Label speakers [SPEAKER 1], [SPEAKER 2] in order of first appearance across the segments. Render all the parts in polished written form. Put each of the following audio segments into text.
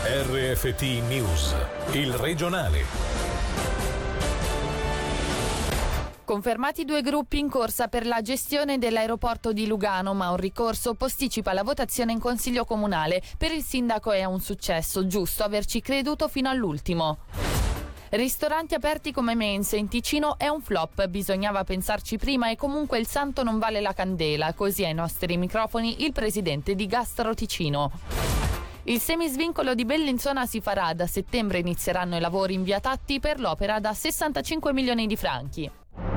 [SPEAKER 1] RFT News, il regionale.
[SPEAKER 2] Confermati 2 gruppi in corsa per la gestione dell'aeroporto di Lugano, ma un ricorso posticipa la votazione in Consiglio Comunale. Per il sindaco è un successo, giusto averci creduto fino all'ultimo. Ristoranti aperti come mense in Ticino è un flop, bisognava pensarci prima e comunque il santo non vale la candela, così ai nostri microfoni il presidente di Gastro Ticino. Il semisvincolo di Bellinzona si farà, da settembre inizieranno i lavori in via Tatti per l'opera da 65 milioni di franchi.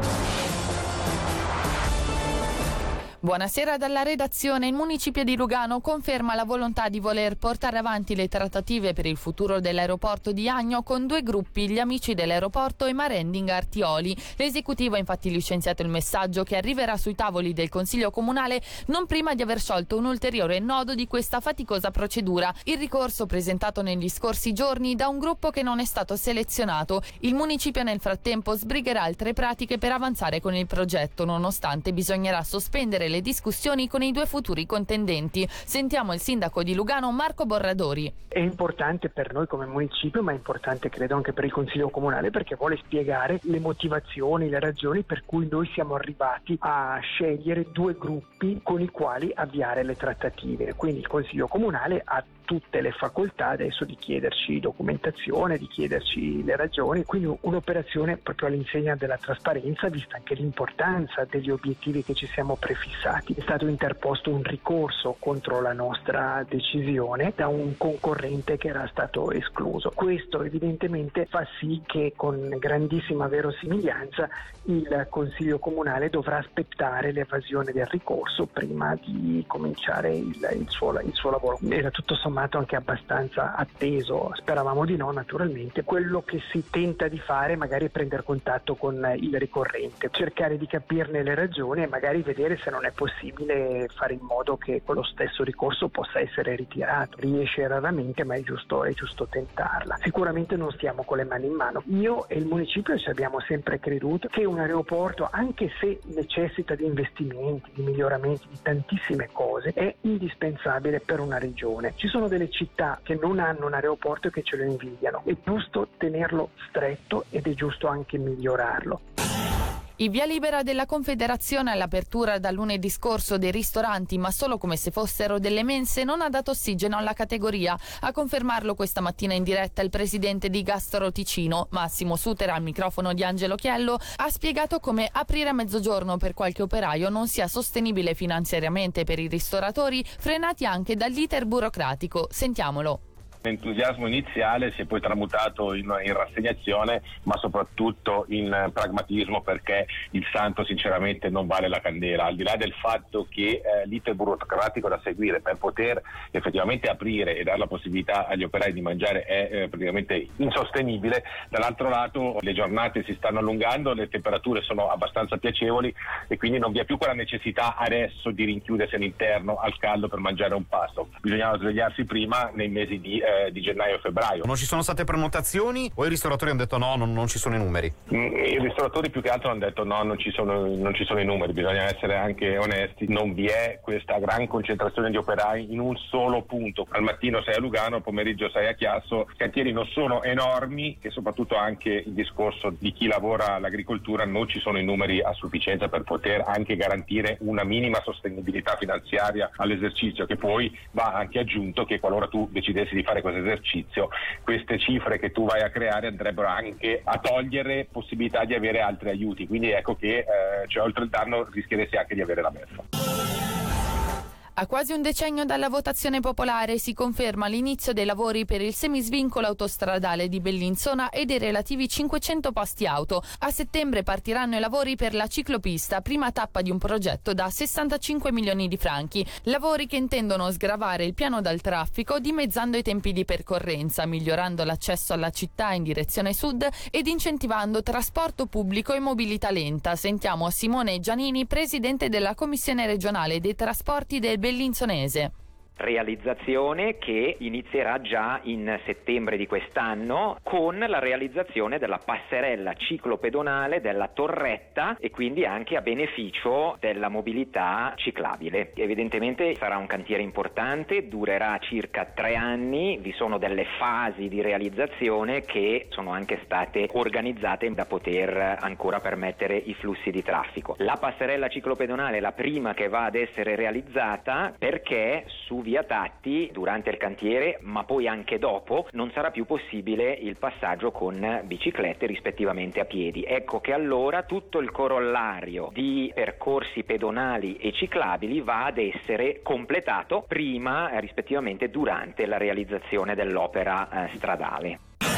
[SPEAKER 2] Buonasera dalla redazione. Il municipio di Lugano conferma la volontà di voler portare avanti le trattative per il futuro dell'aeroporto di Agno con 2 gruppi, gli amici dell'aeroporto e Marending Artioli. L'esecutivo ha infatti licenziato il messaggio che arriverà sui tavoli del Consiglio Comunale non prima di aver sciolto un ulteriore nodo di questa faticosa procedura, il ricorso presentato negli scorsi giorni da un gruppo che non è stato selezionato. Il municipio nel frattempo sbrigherà altre pratiche per avanzare con il progetto, nonostante bisognerà sospendere le discussioni con i 2 futuri contendenti. Sentiamo il sindaco di Lugano, Marco Borradori.
[SPEAKER 3] È importante per noi come municipio, ma è importante credo anche per il Consiglio Comunale, perché vuole spiegare le motivazioni, le ragioni per cui noi siamo arrivati a scegliere 2 gruppi con i quali avviare le trattative. Quindi il Consiglio Comunale ha tutte le facoltà adesso di chiederci documentazione, di chiederci le ragioni, quindi un'operazione proprio all'insegna della trasparenza, vista anche l'importanza degli obiettivi che ci siamo prefissati. È stato interposto un ricorso contro la nostra decisione da un concorrente che era stato escluso. Questo evidentemente fa sì che con grandissima verosimiglianza il Consiglio Comunale dovrà aspettare l'evasione del ricorso prima di cominciare il suo lavoro. Era tutto sommato anche abbastanza atteso, speravamo di no naturalmente. Quello che si tenta di fare magari è prendere contatto con il ricorrente, cercare di capirne le ragioni e magari vedere se non è possibile fare in modo che quello stesso ricorso possa essere ritirato. Riesce raramente, ma è giusto tentarla. Sicuramente non stiamo con le mani in mano. Io e il municipio ci abbiamo sempre creduto che un aeroporto, anche se necessita di investimenti, di miglioramenti, di tantissime cose, è indispensabile per una regione. Ci sono delle città che non hanno un aeroporto e che ce lo invidiano. È giusto tenerlo stretto ed è giusto anche migliorarlo.
[SPEAKER 2] Il via libera della Confederazione all'apertura da lunedì scorso dei ristoranti, ma solo come se fossero delle mense, non ha dato ossigeno alla categoria. A confermarlo questa mattina in diretta il presidente di Gastro Ticino, Massimo Sutera, al microfono di Angelo Chiello, ha spiegato come aprire a mezzogiorno per qualche operaio non sia sostenibile finanziariamente per i ristoratori, frenati anche dall'iter burocratico. Sentiamolo.
[SPEAKER 4] L'entusiasmo iniziale si è poi tramutato in rassegnazione, ma soprattutto in pragmatismo, perché il santo sinceramente non vale la candela, al di là del fatto che l'iter burocratico da seguire per poter effettivamente aprire e dare la possibilità agli operai di mangiare è praticamente insostenibile. Dall'altro lato le giornate si stanno allungando, le temperature sono abbastanza piacevoli e quindi non vi è più quella necessità adesso di rinchiudersi all'interno al caldo per mangiare un pasto. Bisognava svegliarsi prima nei mesi di gennaio e febbraio.
[SPEAKER 5] Non ci sono state prenotazioni o i ristoratori hanno detto no, non ci sono i numeri?
[SPEAKER 4] I ristoratori più che altro hanno detto no, non ci sono i numeri, bisogna essere anche onesti, non vi è questa gran concentrazione di operai in un solo punto. Al mattino sei a Lugano, al pomeriggio sei a Chiasso, i cantieri non sono enormi e soprattutto anche il discorso di chi lavora all'agricoltura, non ci sono i numeri a sufficienza per poter anche garantire una minima sostenibilità finanziaria all'esercizio, che poi va anche aggiunto che qualora tu decidessi di fare questo esercizio, queste cifre che tu vai a creare andrebbero anche a togliere possibilità di avere altri aiuti, quindi ecco che oltre il danno rischieresti anche di avere la beffa.
[SPEAKER 2] A quasi un decennio dalla votazione popolare si conferma l'inizio dei lavori per il semisvincolo autostradale di Bellinzona e dei relativi 500 posti auto. A settembre partiranno i lavori per la ciclopista, prima tappa di un progetto da 65 milioni di franchi. Lavori che intendono sgravare il piano dal traffico dimezzando i tempi di percorrenza, migliorando l'accesso alla città in direzione sud ed incentivando trasporto pubblico e mobilità lenta. Sentiamo Simone Giannini, presidente della Commissione regionale dei trasporti del Bellinzonese.
[SPEAKER 6] realizzazione che inizierà già in settembre di quest'anno con la realizzazione della passerella ciclopedonale della Torretta e quindi anche a beneficio della mobilità ciclabile. Evidentemente sarà un cantiere importante, durerà circa 3 anni, vi sono delle fasi di realizzazione che sono anche state organizzate da poter ancora permettere i flussi di traffico. La passerella ciclopedonale è la prima che va ad essere realizzata perché su via Tatti durante il cantiere, ma poi anche dopo, non sarà più possibile il passaggio con biciclette rispettivamente a piedi. Ecco che allora tutto il corollario di percorsi pedonali e ciclabili va ad essere completato prima, rispettivamente durante la realizzazione dell'opera stradale.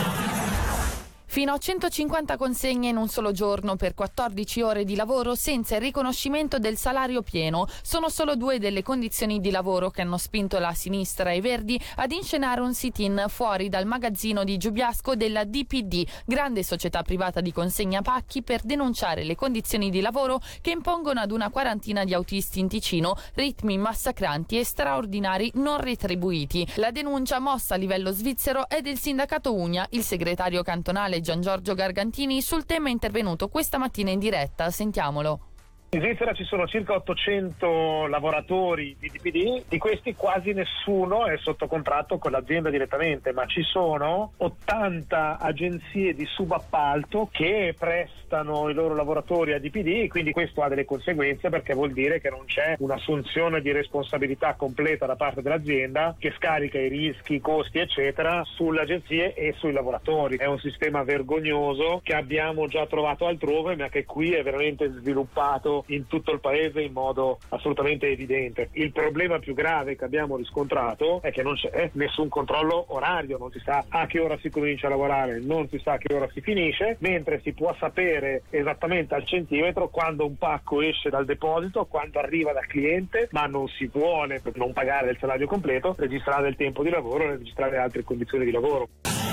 [SPEAKER 2] Fino a 150 consegne in un solo giorno per 14 ore di lavoro senza il riconoscimento del salario pieno. Sono solo 2 delle condizioni di lavoro che hanno spinto la sinistra e i Verdi ad inscenare un sit-in fuori dal magazzino di Giubiasco della DPD, grande società privata di consegna pacchi, per denunciare le condizioni di lavoro che impongono ad una quarantina di autisti in Ticino ritmi massacranti e straordinari non retribuiti. La denuncia mossa a livello svizzero è del sindacato Unia. Il segretario cantonale Gian Giorgio Gargantini sul tema è intervenuto questa mattina in diretta. Sentiamolo.
[SPEAKER 7] In Svizzera ci sono circa 800 lavoratori di DPD, di questi quasi nessuno è sotto contratto con l'azienda direttamente, ma ci sono 80 agenzie di subappalto che prestano i loro lavoratori a DPD, quindi questo ha delle conseguenze perché vuol dire che non c'è un'assunzione di responsabilità completa da parte dell'azienda che scarica i rischi, i costi eccetera sulle agenzie e sui lavoratori. È un sistema vergognoso che abbiamo già trovato altrove, ma che qui è veramente sviluppato in tutto il paese in modo assolutamente evidente. Il problema più grave che abbiamo riscontrato è che non c'è nessun controllo orario, non si sa a che ora si comincia a lavorare, non si sa a che ora si finisce, mentre si può sapere esattamente al centimetro quando un pacco esce dal deposito, quando arriva dal cliente, ma non si vuole, per non pagare il salario completo, registrare il tempo di lavoro e registrare altre condizioni di lavoro.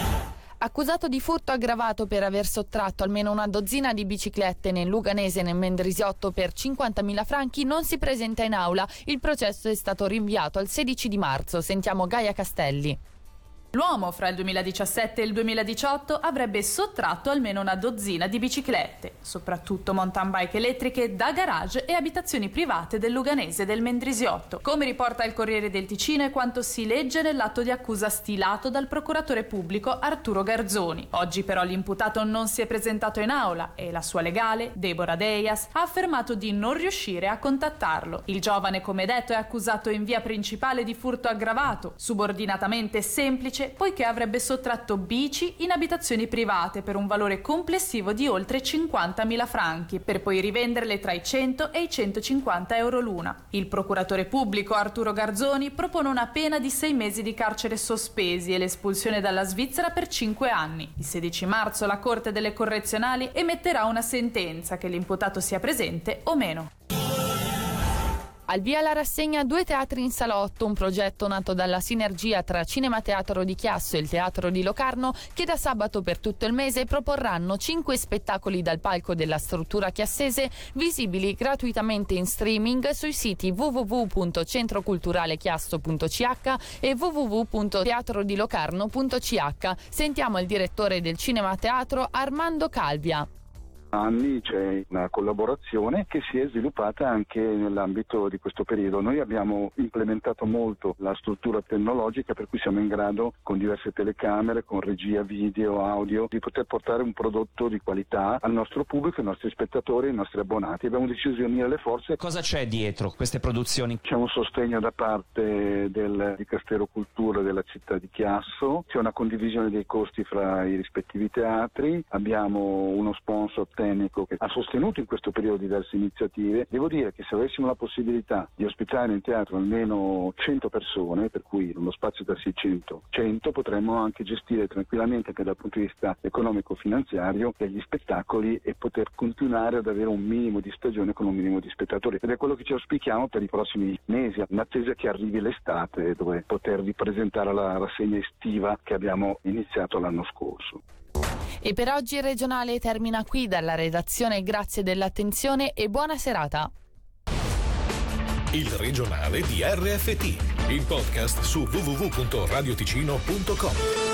[SPEAKER 2] Accusato di furto aggravato per aver sottratto almeno una dozzina di biciclette nel Luganese e nel Mendrisiotto per 50.000 franchi, non si presenta in aula. Il processo è stato rinviato al 16 di marzo. Sentiamo Gaia Castelli.
[SPEAKER 8] L'uomo fra il 2017 e il 2018 avrebbe sottratto almeno una dozzina di biciclette, soprattutto mountain bike elettriche, da garage e abitazioni private del Luganese e del Mendrisiotto. Come riporta il Corriere del Ticino è quanto si legge nell'atto di accusa stilato dal procuratore pubblico Arturo Garzoni. Oggi però l'imputato non si è presentato in aula e la sua legale, Deborah Deias, ha affermato di non riuscire a contattarlo. Il giovane, come detto, è accusato in via principale di furto aggravato, subordinatamente semplice, poiché avrebbe sottratto bici in abitazioni private per un valore complessivo di oltre 50.000 franchi, per poi rivenderle tra i 100 e i 150 euro l'una. Il procuratore pubblico Arturo Garzoni propone una pena di 6 mesi di carcere sospesi e l'espulsione dalla Svizzera per 5 anni. Il 16 marzo la Corte delle Correzionali emetterà una sentenza che l'imputato sia presente o meno.
[SPEAKER 2] Al via la rassegna Due teatri in salotto, un progetto nato dalla sinergia tra Cinema Teatro di Chiasso e il Teatro di Locarno, che da sabato per tutto il mese proporranno 5 spettacoli dal palco della struttura chiassese, visibili gratuitamente in streaming sui siti www.centroculturalechiasso.ch e www.teatrodilocarno.ch. Sentiamo il direttore del Cinema Teatro, Armando Calvia.
[SPEAKER 9] Anni c'è una collaborazione che si è sviluppata anche nell'ambito di questo periodo. Noi abbiamo implementato molto la struttura tecnologica, per cui siamo in grado, con diverse telecamere, con regia video, audio, di poter portare un prodotto di qualità al nostro pubblico, ai nostri spettatori, ai nostri abbonati. Abbiamo deciso di unire le forze.
[SPEAKER 10] Cosa c'è dietro queste produzioni?
[SPEAKER 9] C'è un sostegno da parte del Dicastero Cultura della città di Chiasso, c'è una condivisione dei costi fra i rispettivi teatri, abbiamo uno sponsor tecnico che ha sostenuto in questo periodo diverse iniziative. Devo dire che se avessimo la possibilità di ospitare in teatro almeno 100 persone, per cui uno spazio da 600, 100, potremmo anche gestire tranquillamente, anche dal punto di vista economico-finanziario, degli spettacoli e poter continuare ad avere un minimo di stagione con un minimo di spettatori. Ed è quello che ci auspichiamo per i prossimi mesi, in attesa che arrivi l'estate, dove potervi presentare la rassegna estiva che abbiamo iniziato l'anno scorso.
[SPEAKER 2] E per oggi il regionale termina qui. Dalla redazione grazie dell'attenzione e buona serata.
[SPEAKER 1] Il regionale di RFT. Il podcast su www.radioticino.com.